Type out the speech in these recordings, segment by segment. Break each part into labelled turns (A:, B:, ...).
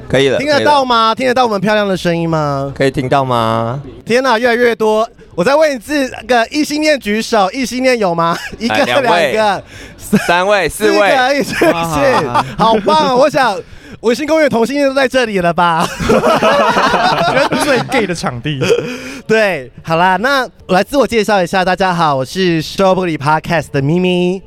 A: 可以了，
B: 听得到吗？听得到我们漂亮的声音吗？
A: 可以听到吗？
B: 天哪，越来越多！我再问一次，那个异性恋举手，异性恋有吗？一个、
A: 2位
B: 2个、
A: 3位、4位，
B: 是不是？好棒哦！我想。微醺公园同性恋都在这里了吧？
C: 最 gay 的场地。
B: 对，好啦，那我来自我介绍一下，大家好，我是 Strawberry Podcast 的咪咪。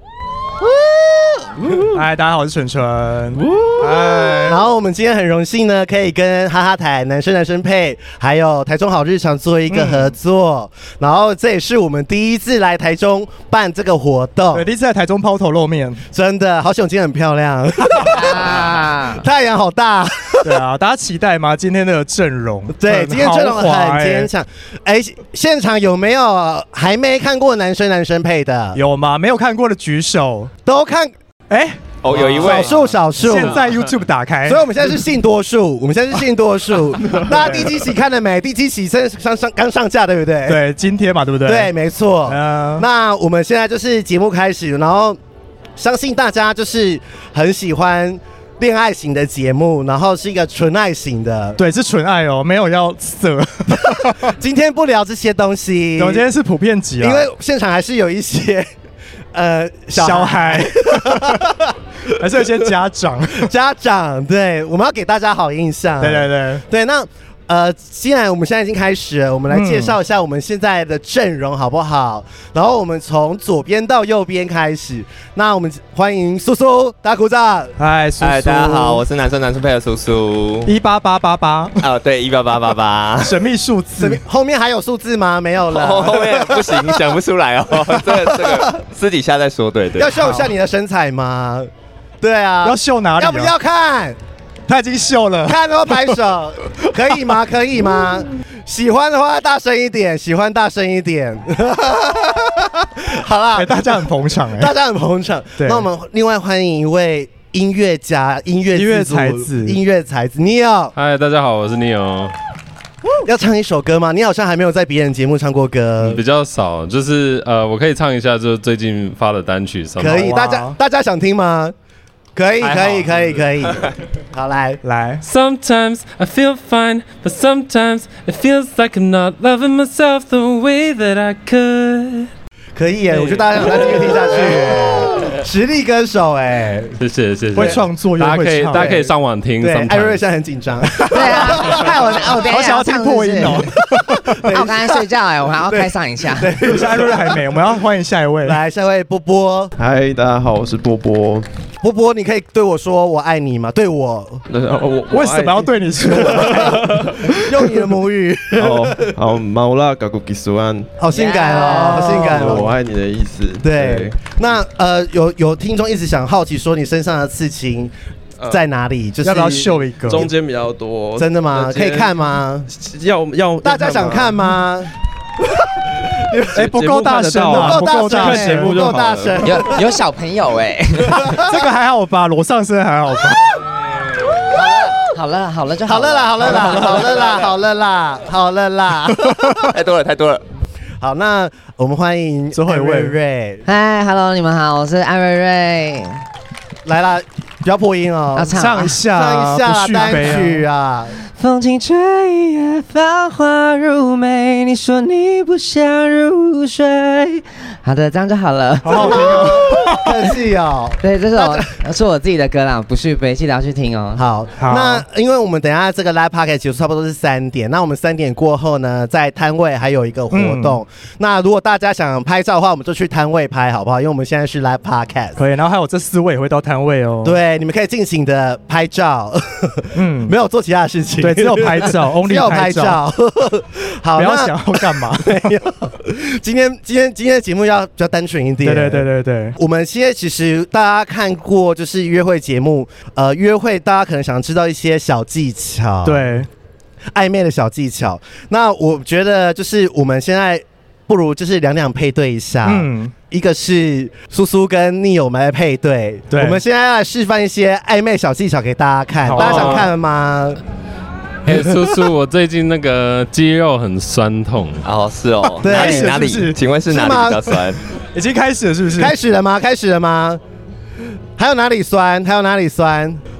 C: 嗨，大家好，我是纯纯。
B: 然后我们今天很荣幸呢，可以跟哈哈台男生配，还有台中好日常做一个合作。然后这也是我们第一次来台中办这个活动，
C: 对，第一次在台中抛头露面，
B: 真的好险，今天很漂亮，太阳好大。
C: 对啊，大家期待吗？今天的阵容，
B: 对，今天阵容很坚强。哎，现场有没有还没看过男生配的？
C: 有吗？没有看过的举手。
B: 都看。
C: 哎。
A: 哦，有一位
B: 少数。
C: 现在 YouTube 打开，
B: 所以我们现在是性多数，大家第几期看了没？第几期刚上架，对不对？
C: 对，今天嘛，对不对？
B: 对，没错。那我们现在就是节目开始，然后相信大家就是很喜欢恋爱型的节目，然后是一个纯爱型的。
C: 对，是纯爱哦，没有要色。
B: 今天不聊这些东西，
C: 我们今天是普遍级啊，
B: 因为现场还是有一些
C: 小孩。还是有些家长，
B: 对，我们要给大家好印象。对，那既然我们现在已经开始了，我们来介绍一下我们现在的阵容好不好？然后我们从左边到右边开始。那我们欢迎苏苏，大家鼓掌。
C: 嗨，苏苏，
A: 大家好，我是男生配的苏苏。
C: 18888。
A: 对，18888。
C: 神秘数字，
B: 后面还有数字吗？没有了，
A: 后面不行，想不出来哦。这个私底下再说，对。
B: 要秀一下你的身材吗？对啊，
C: 要秀哪里？
B: 要不要看？
C: 他已经秀了，
B: 看都拍手，可以吗？可以吗？喜欢的话大声一点，好啦，
C: 大家很捧场
B: 大家很捧场。那我们另外欢迎一位音乐家、音乐才子 Neo。
D: 嗨，大家好，我是 Neo。
B: 要唱一首歌吗？你好像还没有在别人节目唱过歌，
D: 比较少。就是我可以唱一下，就是最近发的单曲。
B: 可以，大家想听吗？可以。好，来。
D: Sometimes I feel fine, but sometimes it feels like I'm not loving myself the way that I could。
B: 可以耶，我觉得大家想再继续听下去。实力歌手哎，
D: 谢谢，
C: 会创作又会唱，
D: 大家可以上网听。
B: 对，艾瑞现在很紧张。
E: 对啊，害我等一下
C: 想要听破音哦。
E: 我刚才睡觉哎，我还要开上一下。
B: 对，
C: 艾瑞还没，我们要欢迎下一位。
B: 来，下一位波波。
F: 嗨，大家好，我是波波。
B: 波波，你可以对我说我爱你吗？对我，
C: 为什么要对你说？
B: 用你的母语。
F: 好，毛拉嘎古吉苏安，
B: 好性感哦，好性感哦，
F: 我爱你的意思。
B: 对，那有听众一直想好奇说你身上的刺青在哪里？就是
C: 要不要秀一个？
F: 中间比较多。
B: 真的吗？可以看吗？
F: 要，
B: 大家想看吗？
C: 不够大声啊！
B: 不够大
F: 声，
B: 不够大声。
E: 有小朋友哎，
C: 这个还好吧？裸上身还好吧？
E: 好了就
B: 好了啦。
A: 太多了。
B: 好，那我们欢迎
C: 最后一位
B: 瑞瑞。
E: 嗨 ，Hello， 你们好，我是安瑞瑞。
B: 来啦，不要破音哦，
C: 唱一下
B: 单曲啊。
E: 风轻吹也繁花如美，你说你不想入睡。好的，这样就好了。
C: 好好听哦，
B: 客气哦。
E: 对，这是我自己的歌啦，不续杯，记得要去听哦。
B: 好，那因为我们等一下这个 live podcast 结束差不多是3点，那我们3点过后呢，在摊位还有一个活动。那如果大家想拍照的话，我们就去摊位拍，好不好？因为我们现在是 live podcast。
C: 可以，然后还有这4位也会到摊位哦。
B: 对，你们可以尽情的拍照，没有做其他的事情。
C: 对，只有拍照，only 拍照。
B: 好，
C: 不要想要干嘛？
B: 没有。今天的节目要比较单纯一点。
C: 对。
B: 我们现在其实大家看过就是约会节目，约会大家可能想知道一些小技巧，
C: 对，
B: 暧昧的小技巧。那我觉得就是我们现在不如就是两配对一下，一个是苏苏跟Neo我们来配对，我们现在要来示范一些暧昧小技巧给大家看，大家想看吗？
D: 苏苏，我最近那个肌肉很酸痛。
A: 哦，是哦，
B: 对，
A: 哪里？请问是哪里比较酸？
C: 已经开始了是不是？
B: 开始了吗？还有哪里酸？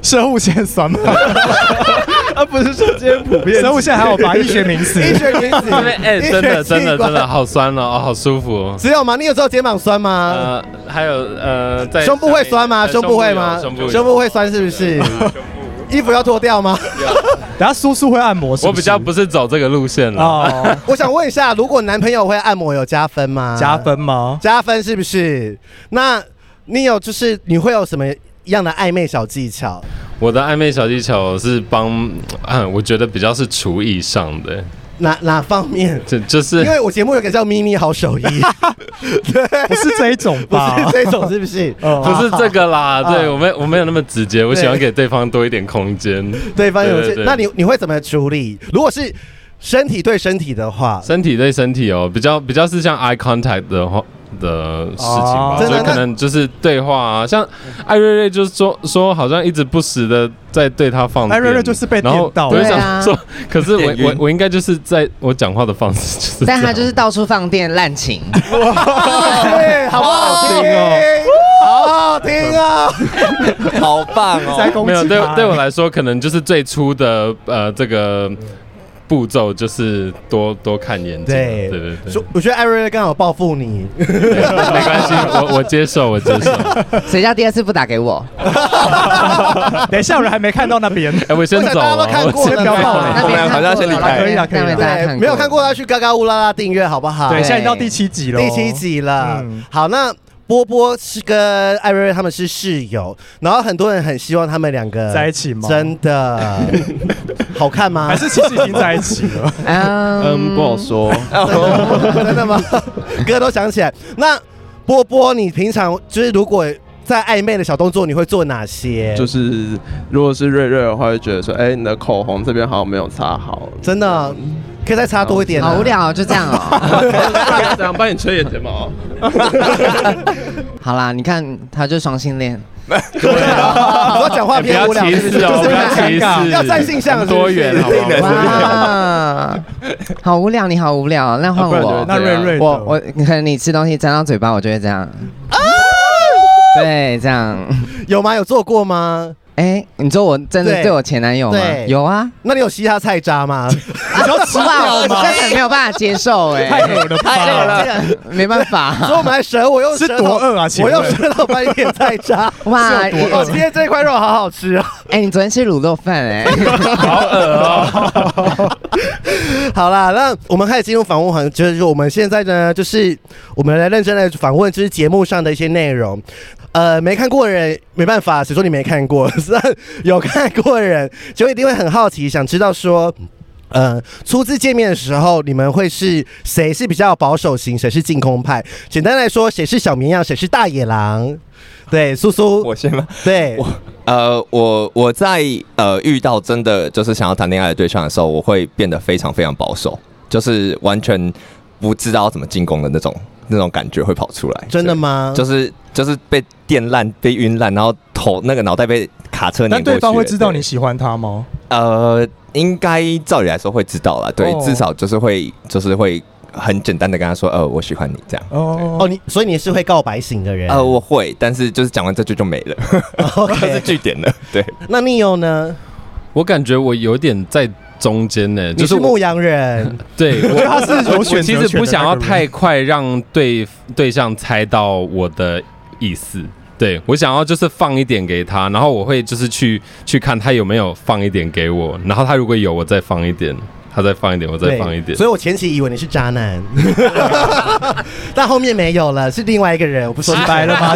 C: 生物腺酸吗？
F: 不是说今天普遍
C: 生物腺还有吧？医学名词，
B: 医学名词。
D: 真的好酸哦，好舒服。
B: 只有吗？你有时候肩膀酸吗？
D: 还有在
B: 胸部会酸吗？胸部会吗？胸部会酸是不是？衣服要脱掉吗？
C: 等下叔叔会按摩是不是？
D: 我比较不是走这个路线了。
B: 哦，我想问一下，如果男朋友会按摩，有加分吗？
C: 加分吗？
B: 加分是不是？那你有就是你会有什么样的暧昧小技巧？
D: 我的暧昧小技巧是我觉得比较是厨艺上的。
B: 哪方面？
D: 就是
B: 因为我节目有个叫咪咪好手艺，对，
C: 不是这一种吧？
B: 不是这种是不是？
D: 不是这个啦，对我没有那么直接，我喜欢给对方多一点空间。
B: 对方有些，那你会怎么处理？如果是身体对身体的话，
D: 身体对身体哦，比较是像 eye contact 的事情吧，就可能就是对话啊，像艾瑞瑞就是说好像一直不时的在对他放电，
C: 艾瑞瑞就是被电到，
D: 我就想说，可是我应该就是在我讲话的方式就是，
E: 但他就是到处放电滥情，
B: 对，好不好听哦？好好听啊，
A: 好棒哦！
D: 没有对我来说，可能就是最初的这个。步骤就是多看眼睛，对。
B: 我觉得艾瑞瑞刚好报复你，
D: 没关系，我接受。
E: 谁叫第二次不打给我？
C: 等一下，有人还没看到那边，
D: 我先走了，
C: 先不要爆雷，
A: 我们好像先离开，
C: 可以了。
B: 对，没有看过要去嘎嘎乌拉拉订阅好不好？
C: 对，现在到第7集了，
B: 第7集了。好，那。波波是跟艾瑞瑞他们是室友，然后很多人很希望他们两个
C: 在一起吗？
B: 真的好看吗？
C: 还是其实已经在一起了？
F: 不好说。
B: 真的吗？歌都想起来。那波波，你平常就是如果在暧昧的小动作，你会做哪些？
F: 就是如果是瑞瑞的话，会觉得说，你的口红这边好像没有擦好，
B: 真的。可以再擦多一点。
E: 好无聊，就这样哦。
F: 这样帮你吹眼睫毛。
E: 好啦，你看他就双性恋。
B: 对啊，我讲话偏无聊，
D: 是不是？就是
B: 尴尬，要占性向，
D: 多元，好不
E: 好？好无聊，你好无聊，那换我。
C: 那瑞瑞，
E: 我可能你吃东西沾到嘴巴，我就会这样。对，这样
B: 有吗？有做过吗？
E: 你说我真的对我前男友吗？有啊。
B: 那你有吸他菜渣吗？
C: 你要吃掉吗？
E: 真的没有办法接受
C: 太恶了，
E: 太恶了，这个没办法。
B: 所以我们来舌，我用舌头，我用舌头把你点菜渣。
E: 哇，
B: 今天这块肉好好吃哦。
E: 你昨天吃卤肉饭
D: 好恶哦。
B: 好啦，那我们开始进入访问，就是我们现在呢，就是我们来认真的访问，就是节目上的一些内容。没看过的人没办法，谁说你没看过？有看过的人就一定会很好奇，想知道说，初次见面的时候，你们会是谁是比较保守型，谁是净空派？简单来说，谁是小绵羊，谁是大野狼？对，苏苏，
A: 我先吗？
B: 对，
A: 我在遇到真的就是想要谈恋爱的对象的时候，我会变得非常非常保守，就是完全不知道怎么进攻的那种感觉会跑出来。
B: 真的吗？
A: 就是被电烂、被晕烂，然后那个脑袋被卡车碾过去。
C: 但对方会知道你喜欢他吗？
A: 应该照理来说会知道啦，对，至少就是会很简单的跟他说，我喜欢你这样。
B: 所以你是会告白型的人？
A: 我会，但是就是讲完这句就没了，这是句点了。对，
B: 那Neo呢？
D: 我感觉我有点在中间呢，
B: 你是牧羊人。
D: 对，我觉得
C: 他是有选择权的。
D: 其实不想要太快让对象猜到我的意思。对，我想要就是放一点给他，然后我会就是去看他有没有放一点给我，然后他如果有，我再放一点。他再放一点，我再放一点。
B: 所以我前期以为你是渣男，但后面没有了，是另外一个人。我不说
C: 白了吗？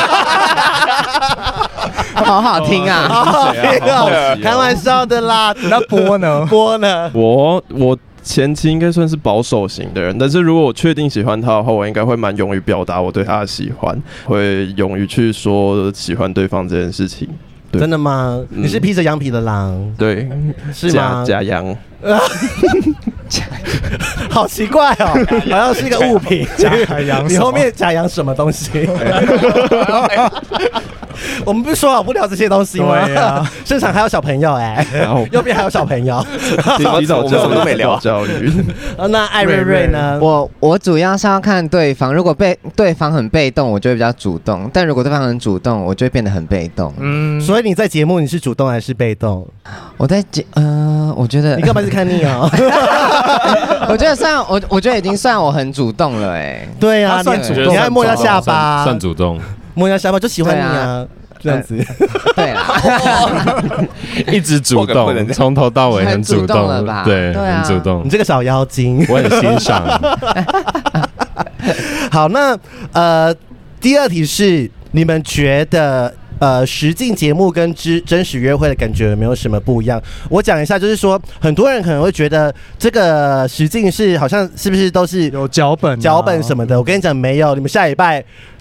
E: 好好听啊，
B: 好好听啊，开玩笑的啦。
C: 那波呢？
F: 我前期应该算是保守型的人，但是如果我确定喜欢他的话，我应该会蛮勇于表达我对他的喜欢，会勇于去说喜欢对方这件事情。
B: 真的吗？你是披着羊皮的狼？
F: 对，
B: 是吗？
F: 假羊。
B: 好奇怪哦，好像是一个物品。
C: 假羊，
B: 你后面假羊什么东西？ 我们不是说好不聊这些东西吗？
C: 对啊，
B: 现场还有小朋友右边还有小朋友，
F: 提早教育
A: 都没聊
F: 教育。
B: 那艾瑞瑞呢？
E: 我主要是要看对方，如果对方很被动，我就会比较主动；但如果对方很主动，我就会变得很被动。
B: 所以你在节目你是主动还是被动？
E: 我在我觉得
B: 你干嘛是看你哦？
E: 我觉得我觉得已经算我很主动了
B: 对啊，
C: 算主动，
B: 你还摸一下下巴，
D: 算主动，
B: 摸一下下巴就喜欢你啊。这样子，
E: 对啦，
D: 一直主动，从头到尾很主动
E: 了吧？
D: 对，很主动。
B: 你这个小妖精，
D: 我很欣赏。
B: 好，那第二题是你们觉得实境节目跟真实约会的感觉有没有什么不一样？我讲一下，就是说很多人可能会觉得这个实境是好像是不是都是
C: 有脚本
B: 什么的？我跟你讲没有，你们下礼拜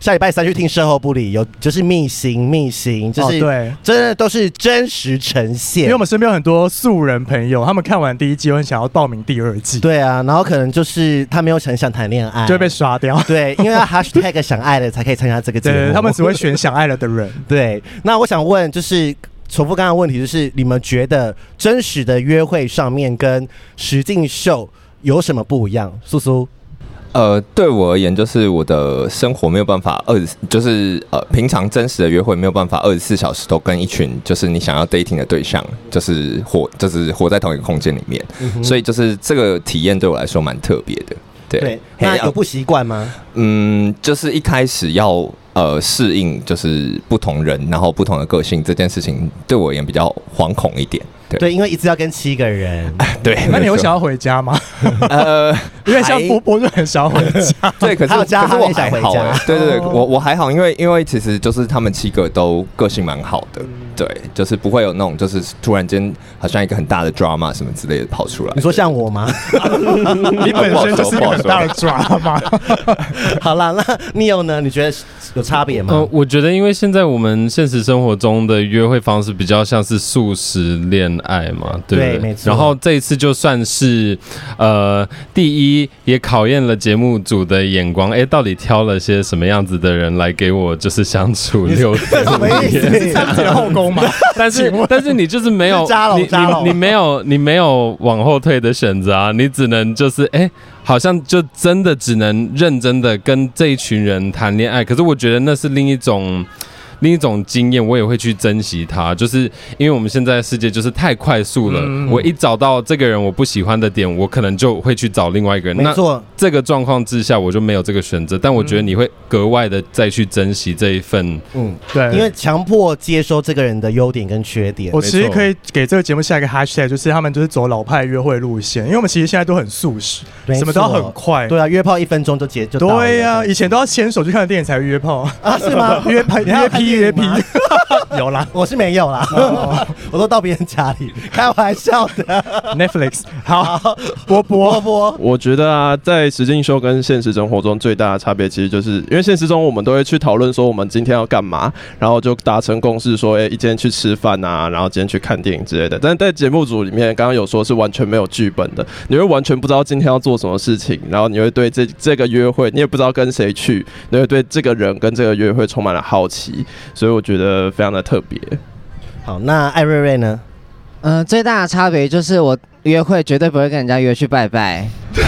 B: 3去听售后不理，有就是秘辛，就是
C: 对，
B: 真的都是真实呈现。
C: 因为我们身边有很多素人朋友，他们看完第1季会想要报名第2季。
B: 对啊，然后可能就是他没有很想谈恋爱，
C: 就会被刷掉。
B: 对，因为要 hashtag 想爱了才可以参加这个节目。
C: 对，他们只会选想爱了的人。
B: 对，那我想问，就是重复刚刚的问题，就是你们觉得真实的约会上面跟实境秀有什么不一样？苏苏。
A: 对我而言，就是我的生活没有办法平常真实的约会没有办法24小时都跟一群就是你想要 dating 的对象，就是活在同一个空间里面，所以就是这个体验对我来说蛮特别的。
B: 对，那有不习惯吗？
A: 就是一开始要适应就是不同人，然后不同的个性这件事情，对我而言比较惶恐一点。
B: 对，因为一次要跟7个人。
A: 对，
C: 那你会想要回家吗？因为像波波就很想要回家。
A: 对，可是我
B: 还好。
A: 对，我还好，因为其实就是他们7个都个性蛮好的。对，就是不会有那种就是突然间好像一个很大的 drama 什么之类的跑出来。
B: 你说像我吗？
C: 你本身就是一个很大的 drama。
B: 好啦，那 Neo 呢？你觉得有差别吗？
D: 我觉得因为现在我们现实生活中的约会方式比较像是速食恋爱嘛，对不对？
B: 没错。
D: 然后这一次就算是第一也考验了节目组的眼光，到底挑了些什么样子的人来给我就是相处6天。
B: 什么意思？
C: 后宫嘛？
D: 但是你就是没有你没有往后退的选择啊，你只能就是好像就真的只能认真的跟这一群人谈恋爱。可是我觉得那是另一种经验，我也会去珍惜它。就是因为我们现在的世界就是太快速了，我一找到这个人我不喜欢的点，我可能就会去找另外一个人。
B: 没错，
D: 那这个状况之下我就没有这个选择，但我觉得你会格外的再去珍惜这一份。
B: 对，因为强迫接收这个人的优点跟缺点。
C: 我其实可以给这个节目下一个 hashtag， 就是他们就是走老派约会路线，因为我们其实现在都很速食，什么都要很快。
B: 对啊，约炮1分钟就到了。
C: 对啊，以前都要牵手去看电影才会约炮
B: 啊？是吗？
C: 约批有啦，
B: 我是没有啦，我都到别人家里，开玩笑的。
C: Netflix 好，波波，
F: 我觉得啊，在实境秀跟现实生活中最大的差别，其实就是因为现实中我们都会去讨论说我们今天要干嘛，然后就达成共识说，今天去吃饭啊，然后今天去看电影之类的。但是在节目组里面，刚刚有说是完全没有剧本的，你会完全不知道今天要做什么事情，然后你会对这个约会，你也不知道跟谁去，你会对这个人跟这个约会充满了好奇，所以我觉得非常的特别。
B: 好，那艾瑞瑞呢？
E: 最大的差别就是我约会绝对不会跟人家约去拜拜。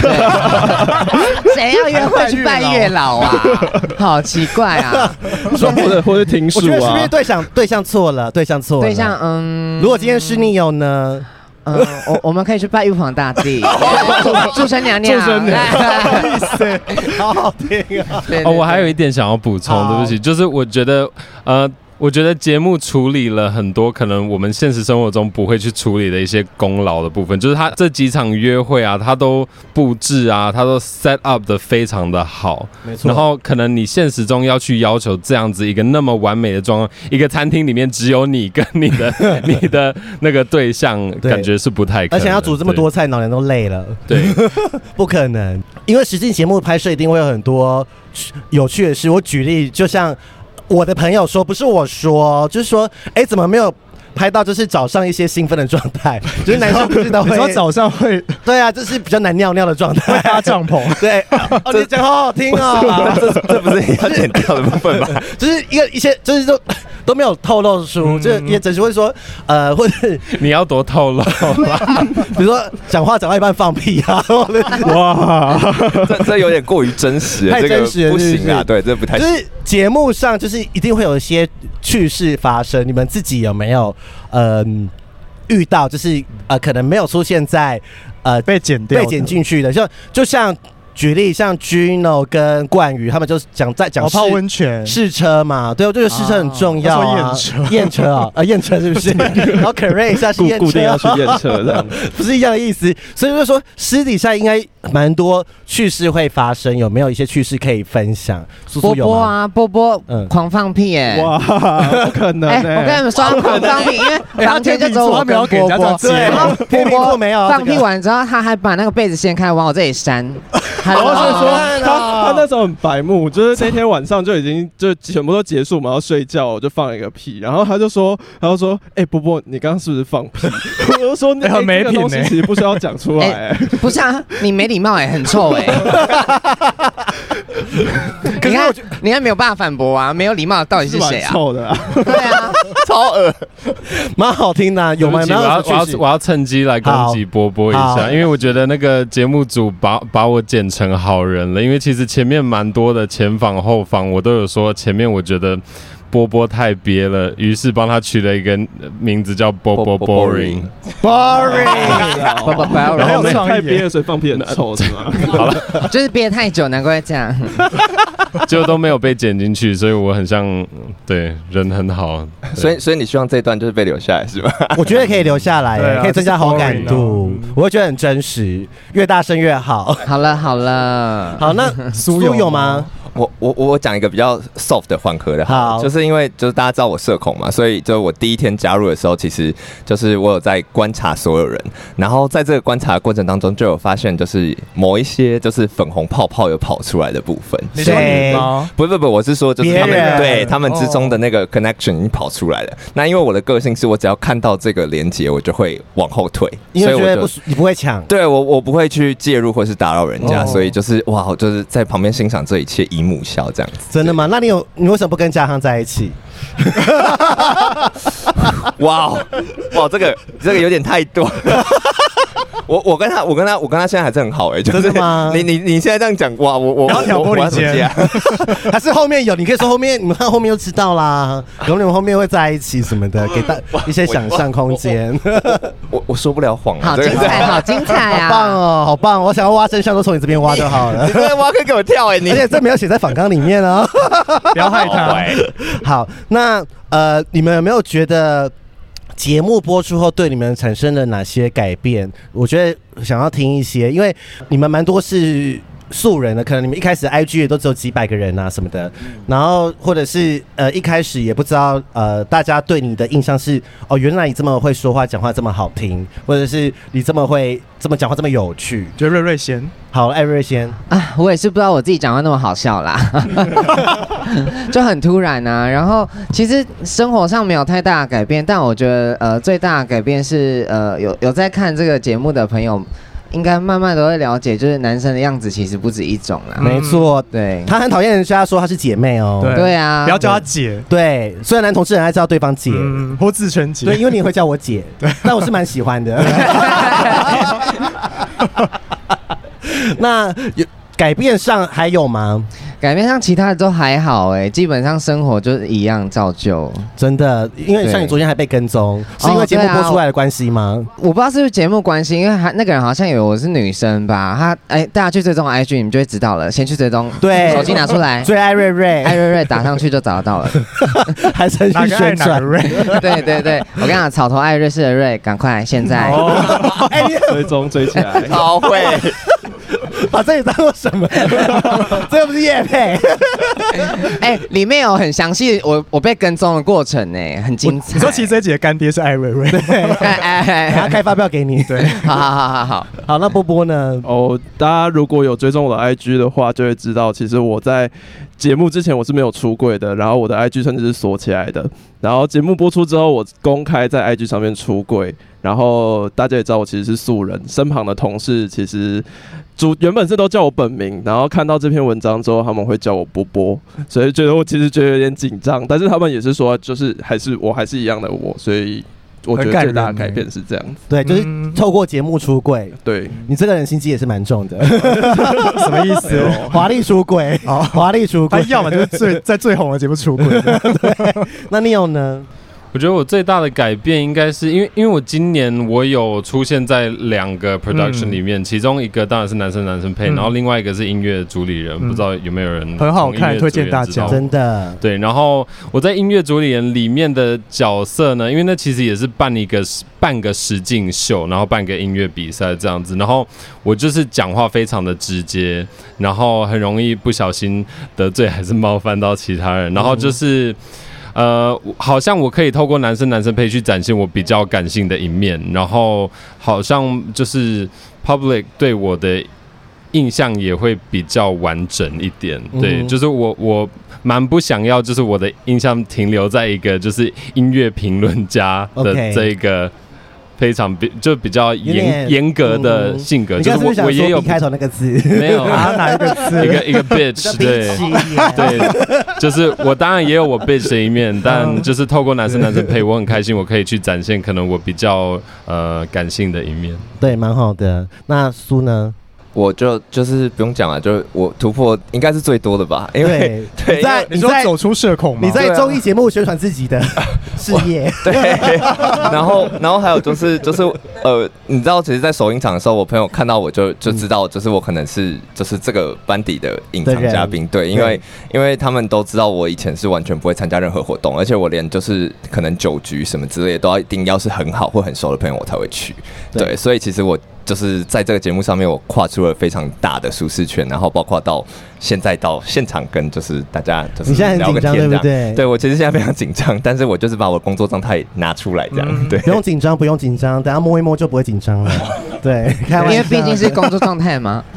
E: 谁要约会去拜月老啊？好奇怪啊！
F: 或者听书啊？我觉
B: 得是不是对象错了？对象，如果今天是Neo呢？
E: 我们可以去拜玉皇大帝、祝生娘娘。
B: 好好听啊！
D: 我还有一点想要补充，对不起，就是我觉得节目处理了很多可能我们现实生活中不会去处理的一些功劳的部分，就是他这几场约会啊，他都布置啊，他都 set up 的非常的好，
B: 没错。
D: 然后可能你现实中要去要求这样子一个那么完美的状况，一个餐厅里面只有你跟你的那个对象，感觉是不太可能，
B: 而且要煮这么多菜，脑袋都累了，
D: 对，
B: 不可能。因为实境节目拍摄一定会有很多有趣的事，我举例，就像。我的朋友说，不是我说，就是说，怎么没有拍到就是早上一些兴奋的状态？就是男生不是都会，
C: 你说早上会，
B: 对啊，就是比较难尿尿的状态，
C: 搭帐篷，
B: 对，你讲好好听哦，
A: 这不是要剪掉的部分吧？
B: 就是一些，就是说都没有透露出，就也只是会说或者
D: 你要多透露
B: 比如说讲话讲到一半放屁啊，
A: 哇，这有点过于真实，
B: 太真实了，
A: 不行啊，对，这不太行。
B: 就是节目上就是一定会有一些趣事发生，你们自己有没有遇到就是可能没有出现在
C: 被剪
B: 进去的，就像。举例像 Gino 跟冠宇，他们就讲
C: 泡温泉
B: 试车嘛，对，我觉得试车很重要啊。验车啊，验车是不是？然后可瑞一下是验车，
F: 固定要去验车这样，
B: 不是一样的意思。所以就说私底下应该蛮多趣事会发生，有没有一些趣事可以分享？
E: 波波啊，波波狂放屁耶！
F: 哇，不可能！
E: 我跟你们说，狂放屁，因为房间就只有我跟波波，
B: 对，然后波波没有
E: 放屁完之后，他还把那个被子掀开往我这里扇。
F: 然后是说他那时候很白目，就是那天晚上就已经就全部都结束嘛，要睡觉，我就放了一个屁，然后他就说，波波，你刚刚是不是放屁？我就说
C: 很没品，
F: 这个东西其实不需要讲出来。
E: 不是啊，你没礼貌很臭可是你看没有办法反驳啊，没有礼貌到底是谁啊？
F: 臭的啊，
E: 对啊，
B: 超恶，蛮好听的。有吗？
D: 我要趁机来攻击波波一下，因为我觉得那个节目组把我剪成好人了，因为其实前面蛮多的前访后访，我都有说前面我觉得波波太憋了，于是帮他取了一个名字叫波波 boring，
F: 然后太憋了，所以放屁很臭是吗？
D: 好了，
E: 就是憋太久，难怪这样，
D: 就都没有被剪进去，所以我很像对人很好，
A: 所以你希望这段就是被留下来是吧？
B: 我觉得可以留下来，可以增加好感度，我会觉得很真实，越大声越好。
E: 好了，好，
B: 那苏有吗？
A: 我讲一个比较 soft 的缓和的，好，就是因为就是大家知道我社恐嘛，所以就我第一天加入的时候，其实就是我有在观察所有人，然后在这个观察的过程当中，就有发现就是某一些就是粉红泡泡有跑出来的部分。
B: 谁？
A: 不，我是说就是他们对他们之中的那个 connection 已经跑出来了。那因为我的个性是我只要看到这个连结，我就会往后退，
B: 因为觉得你不会抢，
A: 对我不会去介入或是打扰人家，所以就是哇，就是在旁边欣赏这一切一幕笑这样子。
B: 真的吗？那你为什么不跟嘉航在一起？
A: 哇，这个有点太多。我跟他现在还是很好就是
B: 真的吗？
A: 你现在这样讲哇，我
C: 要挑拨离间，
B: 还是后面有？你可以说后面，你们看后面就知道啦。有你们后面会在一起什么的，给一些想象空间。
A: 我说不了谎，
E: 好精彩，好精彩啊！
B: 好棒哦，好棒！我想要挖真相都从你这边挖就好了。
A: 你这边挖可以给我跳而
B: 且这没有写在访纲里面哦。
C: 不要害他。
B: 好，那你们有没有觉得？节目播出后对你们产生了哪些改变？我觉得想要听一些，因为你们蛮多是素人的，可能你们一开始 IG 也都只有几百个人啊什么的，然后或者是一开始也不知道大家对你的印象是原来你这么会说话，讲话这么好听，或者是你这么讲话这么有趣。
C: 就瑞瑞先
B: 好，艾瑞先
E: 啊，我也是不知道我自己讲话那么好笑啦，就很突然啊。然后其实生活上没有太大的改变，但我觉得最大的改变是有在看这个节目的朋友。应该慢慢都会了解，就是男生的样子其实不止一种啦。
B: 没错，
E: 对，
B: 他很讨厌人家说他是姐妹哦。
E: 对啊，
C: 不要叫他姐。
B: 对，虽然男同志很爱叫对方姐，
C: 或自称姐。
B: 对，因为你会叫我姐，对，但我是蛮喜欢的。那改变上还有吗？
E: 改变上其他的都还好基本上生活就是一样照旧。
B: 真的，因为像你昨天还被跟踪，是因为节目播出来的关系吗？
E: 我不知道是不是节目关系，因为那个人好像以为我是女生吧。大家去追踪 IG， 你们就会知道了。先去追踪，
B: 对，
E: 手机拿出来，
B: 追艾瑞瑞
E: 打上去就找得到了。
B: 还是去宣传？
E: 对，我跟你讲，草头艾瑞是的瑞，赶快现在
F: 追踪追起来，
A: 好会。
B: 把这里当做什么？这又不是业配。
E: 里面有很详细我被跟踪的过程很精彩。
C: 你说其实这一集的干爹是艾瑞瑞，
B: 对，他开发票给你。
C: 对，
E: 好，
B: 那波波呢？
F: 大家如果有追踪我的 IG 的话，就会知道，其实我在节目之前我是没有出柜的，然后我的 IG 甚至是锁起来的。然后节目播出之后，我公开在 IG 上面出柜，然后大家也知道我其实是素人，身旁的同事其实原本是都叫我本名，然后看到这篇文章之后，他们会叫我波波，所以我其实觉得有点紧张，但是他们也是说，就是还是一样的我，所以我觉得最大的改变是这样子。
B: 对，就是透过节目出柜。
F: 对，
B: 你这个人心机也是蛮重的。
C: 什么意思？
B: 华丽出柜，华丽出柜。
C: 他要么就是在最红的节目出柜。
B: 对，那你有呢？
D: 我觉得我最大的改变应该是因为我今年我有出现在2个 production 里面，其中一个当然是男生配，然后另外一个是音乐主理人，不知道有没有人
C: 很好看，推荐大家。
B: 真的
D: 对，然后我在音乐主理人里面的角色呢，因为那其实也是半个实境秀，然后半个音乐比赛这样子，然后我就是讲话非常的直接，然后很容易不小心得罪还是冒犯到其他人，然后就是。好像我可以透过男生配去展现我比较感性的一面，然后好像就是 public 对我的印象也会比较完整一点。对，就是我蛮不想要，就是我的印象停留在一个就是音乐评论家的这个。非常比较严格的性格，就是我也有
B: B 开头那个字，
D: 没有
C: 哪一个字？
D: 一个 bitch， 对，就是我当然也有我 bitch 的一面，但就是透过男生配，我很开心，我可以去展现可能我比较感性的一面，
B: 对，蛮好的。那苏呢？
A: 我就是不用讲了，就我突破应该是最多的吧，因为
B: 对，
C: 你说走出社恐吗？
B: 你在综艺节目宣传自己的事业，
A: 对，然后还有就是你知道，其实，在首映场的时候，我朋友看到我就知道，就是我可能是就是这个班底的隐藏嘉宾，对，因为他们都知道我以前是完全不会参加任何活动，而且我连就是可能酒局什么之类的都一定要是很好或很熟的朋友我才会去，对，所以其实我。就是在这个节目上面，我跨出了非常大的舒适圈，然后包括到现在到现场跟就是大家就是聊个天这样，
B: 对不对？
A: 对，我其实现在非常紧张，但是我就是把我的工作状态拿出来这样，对，
B: 不用紧张，等下摸一摸就不会紧张了，对，
E: 因为毕竟是工作状态嘛。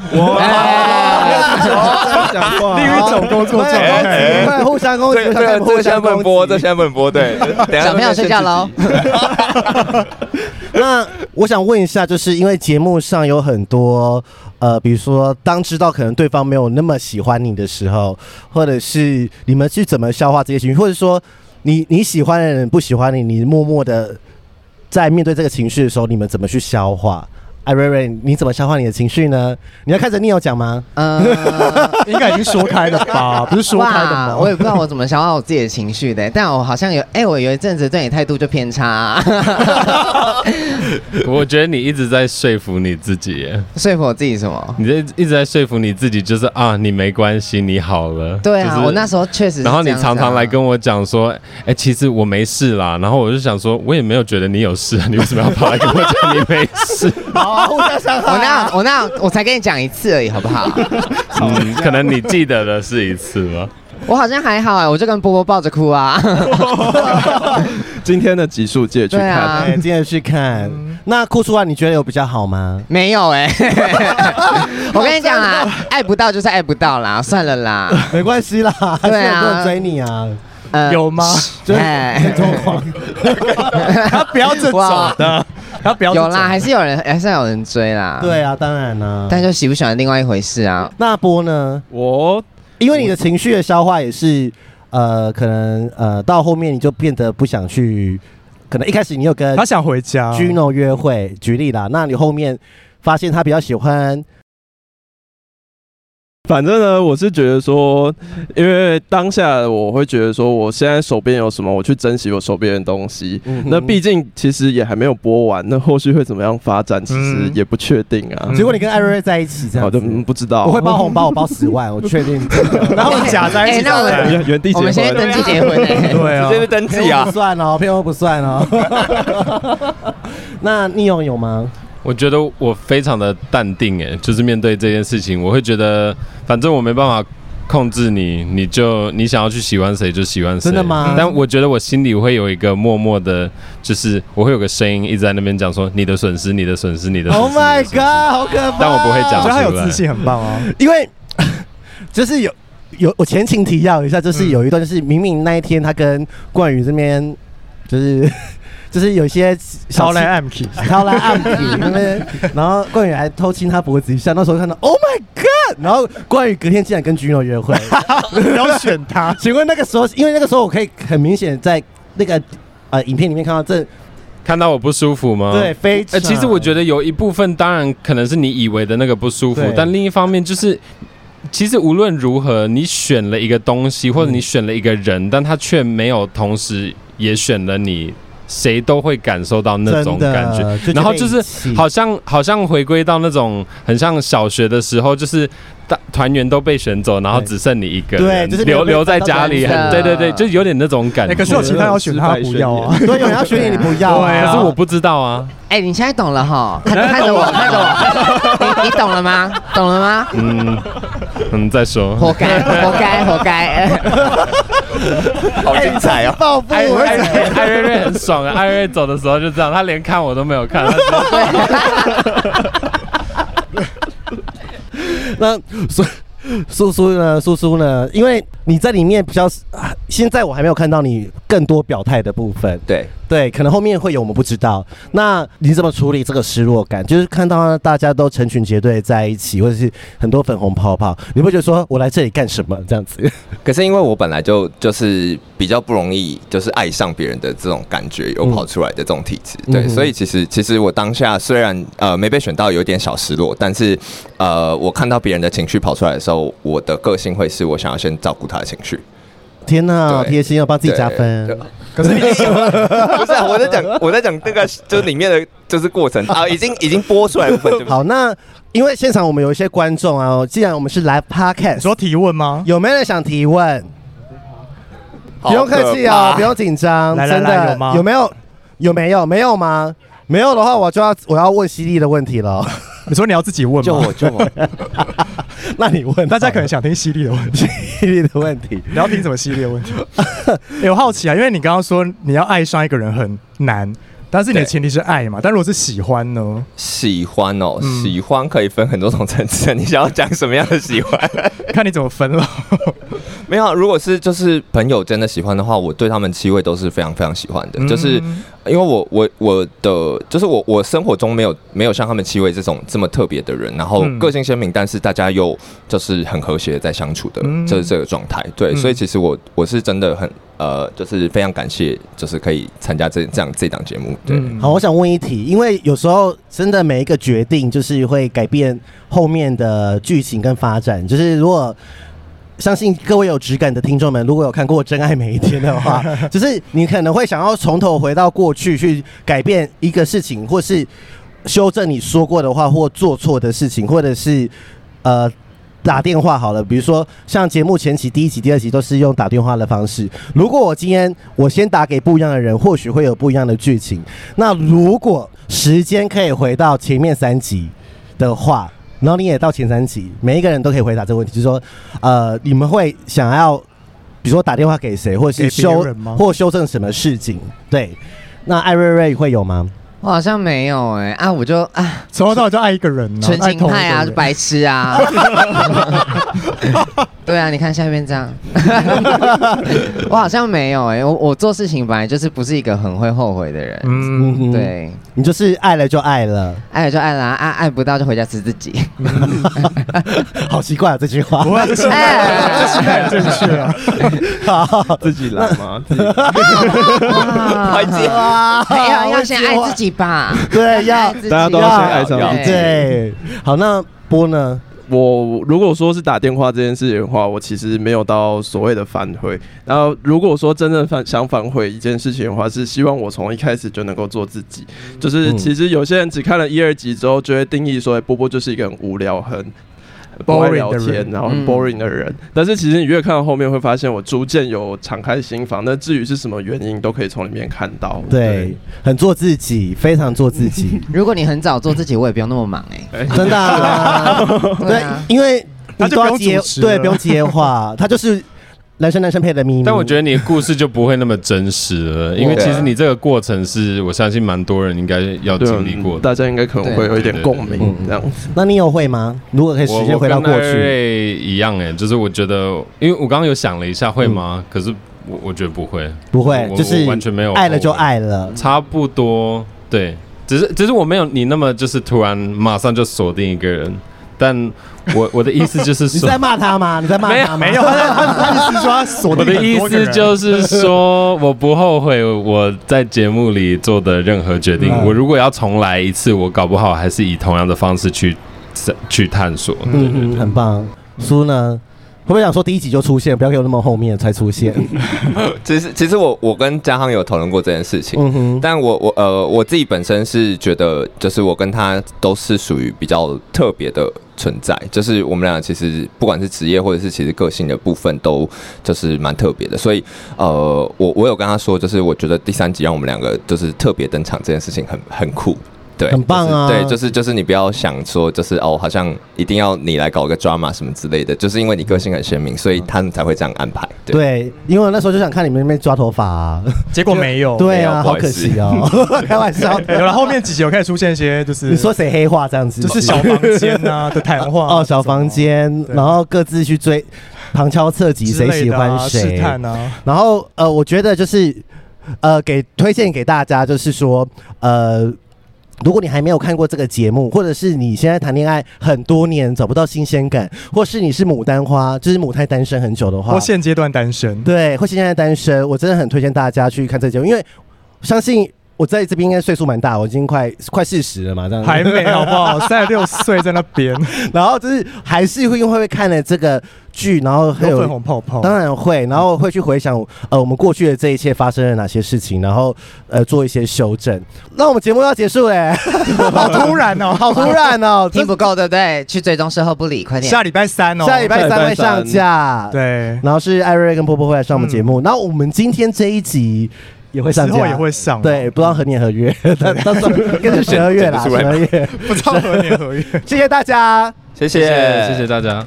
C: 另一种工作状态，
B: 互相攻击，
A: 这现在不能播，对，
E: 小朋友睡觉喽。
B: 那我想问一下，就是因为节目上有很多比如说当知道可能对方没有那么喜欢你的时候，或者是你们是怎么消化这些情绪，或者说你喜欢的人不喜欢你，你默默的在面对这个情绪的时候，你们怎么去消化？艾瑞瑞，你怎么消化你的情绪呢？你要看着Neo讲吗？
C: 应该已经说开了吧？不是说开的吗？
E: 我也不知道我怎么消化我自己的情绪的，但我好像我有一阵子对你态度就偏差。
D: 我觉得你一直在说服你自己耶，
E: 说服我自己什么？
D: 你一直在说服你自己，就是啊，你没关系，你好了。
E: 对啊，
D: 就是、
E: 我那时候确实是、
D: 然后你常常来跟我讲说，其实我没事啦。然后我就想说，我也没有觉得你有事啊，你为什么要跑来跟我讲你没事？
B: 互相伤害。
E: 我才跟你讲一次而已，好不好？
D: 可能你记得的是一次吗？
E: 我好像还好我就跟波波抱着哭啊。
F: 今天的集数记得去看，
B: 今天去看。那哭出来你觉得有比较好吗？
E: 没有我跟你讲啦，爱不到就是爱不到啦，算了啦，
B: 没关系啦，对啊，很多人追你啊。
C: 有吗？
B: 很疯狂，
C: 他不要这种的，他不要
E: 有啦，还是有人追啦。
B: 对啊，当然啦，
E: 但就喜不喜欢另外一回事啊。
B: 那波呢？因为你的情绪的消化也是可能到后面你就变得不想去，可能一开始你有跟
C: 他想回家
B: Gino 约会，举例啦，那你后面发现他比较喜欢。
F: 反正呢，我是觉得说，因为当下我会觉得说，我现在手边有什么，我去珍惜我手边的东西。那毕竟其实也还没有播完，那后续会怎么样发展，其实也不确定啊。
B: 结果你跟艾瑞瑞在一起这样子，
F: 不知道。
B: 我会包红包，我包10万，我确定。
C: 然后假在一起，
E: 那
F: 原地结婚。
E: 我们现在登记结婚
C: 对啊，
A: 直接登记啊，
B: 不算哦，骗我不算哦。那Neo有吗？
D: 我觉得我非常的淡定就是面对这件事情，我会觉得反正我没办法控制你，你想要去喜欢谁就喜欢谁。
B: 真的吗？
D: 但我觉得我心里会有一个默默的，就是我会有个声音一直在那边讲说你的损失，你的损失，你的损失。
B: Oh my god， 好可怕！
D: 但我不会讲出来。
C: 我觉得他有自信，很棒哦。
B: 因为就是我前情提要一下，就是有一段就是明明那一天他跟冠宇这边就是有一些
C: 掏来暗体
B: 那边，然后冠宇还偷亲他脖子一下，那时候看到 Oh my God， 然后冠宇隔天竟然跟Gino约会，
C: 不要选他。
B: 请问那个时候，因为那个时候我可以很明显在那个影片里面看到
D: 我不舒服吗？
B: 对，非常。
D: 其实我觉得有一部分当然可能是你以为的那个不舒服，但另一方面就是。其实无论如何，你选了一个东西，或者你选了一个人，但他却没有同时也选了你，谁都会感受到那种感觉。然后就是好像回归到那种很像小学的时候，就是团员都被选走，然后只剩你一个人，
B: 对，就是
D: 留在家里，对，就有点那种感觉。
C: 可是有其他要选他不要啊，
B: 对，有人要选你不要啊，
D: 可是我不知道啊。
E: 你现在懂了哈，看着我，你懂了吗？懂了吗？
D: 再说。
E: 活该。
A: 好精彩哦！
B: 报复！
D: 艾瑞瑞很爽啊！艾瑞瑞走的时候就这样，他连看我都没有看。
B: 那苏苏呢？因为你在里面比较，现在我还没有看到你更多表态的部分。对，可能后面会有，我们不知道。那你怎么处理这个失落感？就是看到大家都成群结队在一起，或者是很多粉红泡泡，你会觉得说我来这里干什么这样子？
A: 可是因为我本来就是比较不容易就是爱上别人的这种感觉有跑出来的这种体质，对，所以其实我当下虽然没被选到有点小失落，但是我看到别人的情绪跑出来的时候，我的个性会是我想要先照顾他的情绪。
B: 天哪，贴心要帮自己加分。
C: 可是你
A: 不是我在讲那个就是里面的就是过程啊，已经播出来的部分。
B: 好，那因为现场我们有一些观众啊，既然我们是 live podcast，
C: 你说提问吗？
B: 有没有人想提问？不用客气啊，不用紧张，真的有没有？没有吗？没有的话，我要问犀利的问题了。
C: 你说你要自己问吗？
B: 就我。那你问，
C: 大家可能想听犀利的问题。
B: 犀利的问题，
C: 你要听什么犀利的问题？我好奇啊，因为你刚刚说你要爱上一个人很难，但是你的前提是爱嘛。但如果是喜欢呢？
A: 喜欢喜欢可以分很多种层次。你想要讲什么样的喜欢？
C: 看你怎么分了。
A: 没有，如果是就是朋友真的喜欢的话，我对他们7位都是非常非常喜欢的。就是因为我的就是我生活中没有像他们7位这么特别的人，然后个性鲜明，但是大家又就是很和谐在相处的，就是这个状态。对，所以其实我是真的很就是非常感谢，就是可以参加这档节目。对，
B: 好，我想问一题，因为有时候真的每一个决定就是会改变后面的剧情跟发展。就是如果相信各位有质感的听众们，如果有看过《真爱每一天》的话，就是你可能会想要从头回到过去去改变一个事情，或是修正你说过的话或做错的事情，或者是打电话好了，比如说像节目前期第1集、第2集都是用打电话的方式。如果我今天先打给不一样的人，或许会有不一样的剧情。那如果时间可以回到前面3集的话，然后你也到前3集，每一个人都可以回答这个问题，就是说，你们会想要，比如说打电话给谁，或者是修正什么事情？对，那艾瑞瑞会有吗？
E: 我好像没有我就
C: 从头到尾就爱一个人
E: 纯情派啊，就白痴啊。对啊，你看下面这样。我好像没有我做事情本来就是不是一个很会后悔的人。对，你
B: 就是爱了就爱了，
E: 爱不到就回家吃自己。
B: 好奇怪这句话。
C: 不会，这是很正确啊。
B: 好，
F: 自己来嘛，自己
A: 快接
E: 要先爱自己吧。
B: 对，要
F: 大家都要先爱上自己。
B: 对，好，那波呢？
F: 我如果说是打电话这件事情的话，我其实没有到所谓的反悔。然后如果说真正想反悔一件事情的话，是希望我从一开始就能够做自己。就是其实有些人只看了1、2集之后，就会定义说波波就是一个很无聊、很不爱聊天，然后很 boring 的人。但是其实你越看到后面，会发现我逐渐有敞开心房。那至于是什么原因，都可以从里面看到。
B: 对，很做自己，非常做自己。
E: 如果你很早做自己，我也不用那么忙
B: 真的对，因为
C: 他就不用主持，
B: 对，不用接话，他就是男生配的咪咪。
D: 但我觉得你的故事就不会那么真实了，因为其实你这个过程是我相信蛮多人应该要经历过的，
F: 大家应该可能会有一点共鸣这样子。
B: 那你有会吗？如果可以时间回到过去，
D: 一样就是我觉得，因为我刚刚有想了一下，会吗？可是我觉得不会，
B: 就是
D: 完全没有，
B: 爱了就爱了，
D: 差不多，对，只是我没有你那么就是突然马上就锁定一个人。但我的意思就是说，
B: 你在骂他吗？你在骂他吗？
C: 没有，他意思说他锁定很多个人。
D: 我的意思就是说，我不后悔我在节目里做的任何决定。我如果要重来一次，我搞不好还是以同样的方式去探索。
B: 很棒。苏呢？会不会想说第一集就出现，不要给我那么后面才出现？
A: 其实我跟嘉航有讨论过这件事情，但我自己本身是觉得，就是我跟他都是属于比较特别的存在，就是我们俩其实不管是职业或者是其实个性的部分都就是蛮特别的，所以我有跟他说，就是我觉得第3集让我们两个就是特别登场这件事情很酷。对，
B: 很棒啊！
A: 对，就是你不要想说，就是好像一定要你来搞个 drama 什么之类的，就是因为你个性很鲜明，所以他们才会这样安排。
B: 对，因为我那时候就想看你们那边抓头发啊，
C: 结果没有。
B: 对啊，好可惜哦，开玩笑。
C: 有了，后面几集有开始出现一些，就是
B: 你说谁黑化这样子，
C: 就是小房间啊的谈话
B: 哦，小房间，然后各自去追，旁敲侧击谁喜欢谁，
C: 试探啊。
B: 然后我觉得就是推荐给大家，就是说如果你还没有看过这个节目，或者是你现在谈恋爱很多年找不到新鲜感，或是你是牡丹花，就是母胎单身很久的话，
C: 或现阶段单身，
B: 对，或现在单身，我真的很推荐大家去看这个节目，因为相信我在这边应该岁数蛮大，我已经快40了嘛，这样子
C: 还没好不好？36岁在那边，
B: 然后就是还是会看了这个剧，然后会有
C: 粉红泡泡，
B: 当然会，然后会去回想我们过去的这一切发生了哪些事情，然后做一些修正。那我们节目要结束嘞，
C: 好突然哦，
B: 好突然哦，
E: 听不够对不对？去追踪售后不理，快点。
C: 下礼拜3哦，
B: 下礼拜3会上架，
C: 对，
B: 然后是艾瑞跟波波会来上我们节目，然后我们今天这一集也会上架，
C: 之后也会上，
B: 对，不知道何年何月，到时候跟着12月啦，12月
C: 不知道何年何月。
B: 谢谢大家，
A: 谢谢
D: 大家。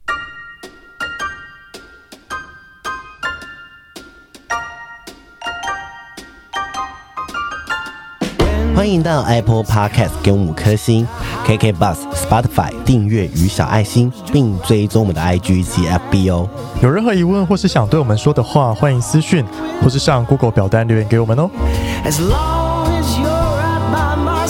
B: 欢迎到 Apple Podcast 给我们5颗星 ，KKBox、Spotify 订阅与小爱心，并追踪我们的 IG 及 FB 哦。
C: 有任何疑问或是想对我们说的话，欢迎私讯或是上 Google 表单留言给我们哦。As long as you're right by my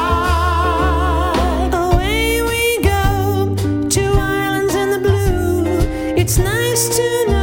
C: side, away we go, 2 islands in the blue. It's nice to know.